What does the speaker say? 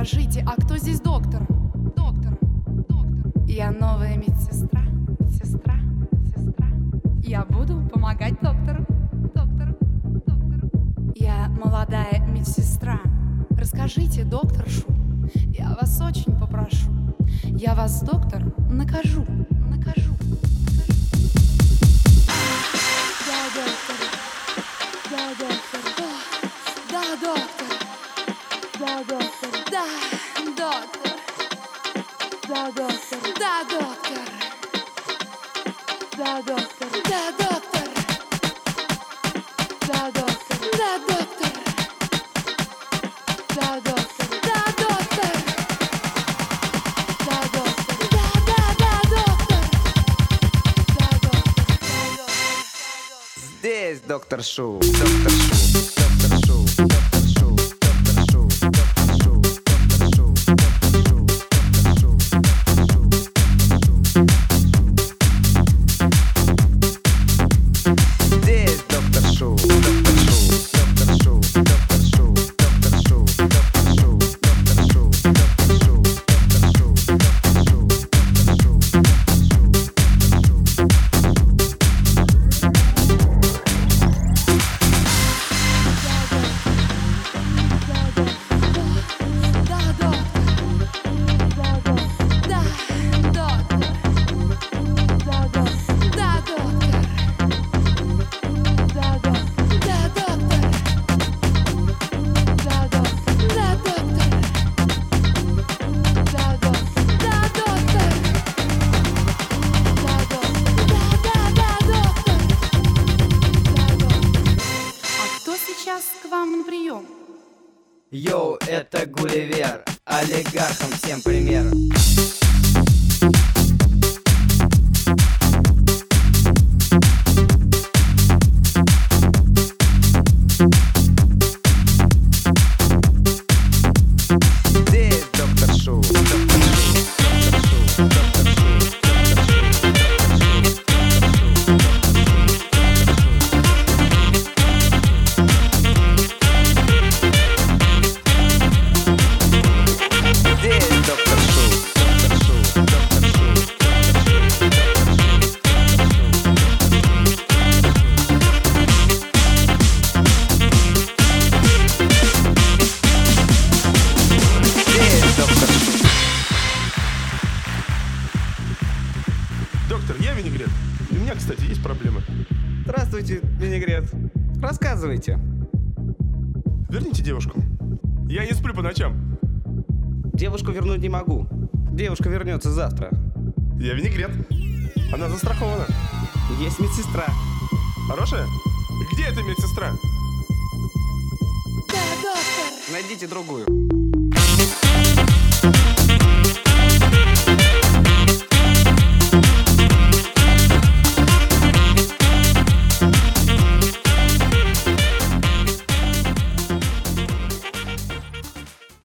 Скажите, а кто здесь доктор? Доктор. Я новая медсестра. Сестра. Я буду помогать доктору. Доктор. Я молодая медсестра. Расскажите докторшу, я вас очень попрошу. Я вас, доктор, накажу. Да, доктор. Да, доктор. Да, доктор. Да, доктор. Да, доктор. Да, доктор. Да, доктор. Да, доктор. Да, доктор. Да, доктор. Да, доктор. Да, доктор. Да, доктор. Да, доктор. Да, доктор. Здесь доктор Шу. К вам на прием. Йоу, это Гулливер, олигархам всем пример. Здесь доктор Шу. Доктор, я Винегрет. У меня, кстати, есть проблемы. Здравствуйте, Винегрет. Рассказывайте. Верните девушку. Я не сплю по ночам. Девушку вернуть не могу. Девушка вернется завтра. Я Винегрет. Она застрахована. Есть медсестра. Хорошая? Где эта медсестра? Да, доктор. Найдите другую.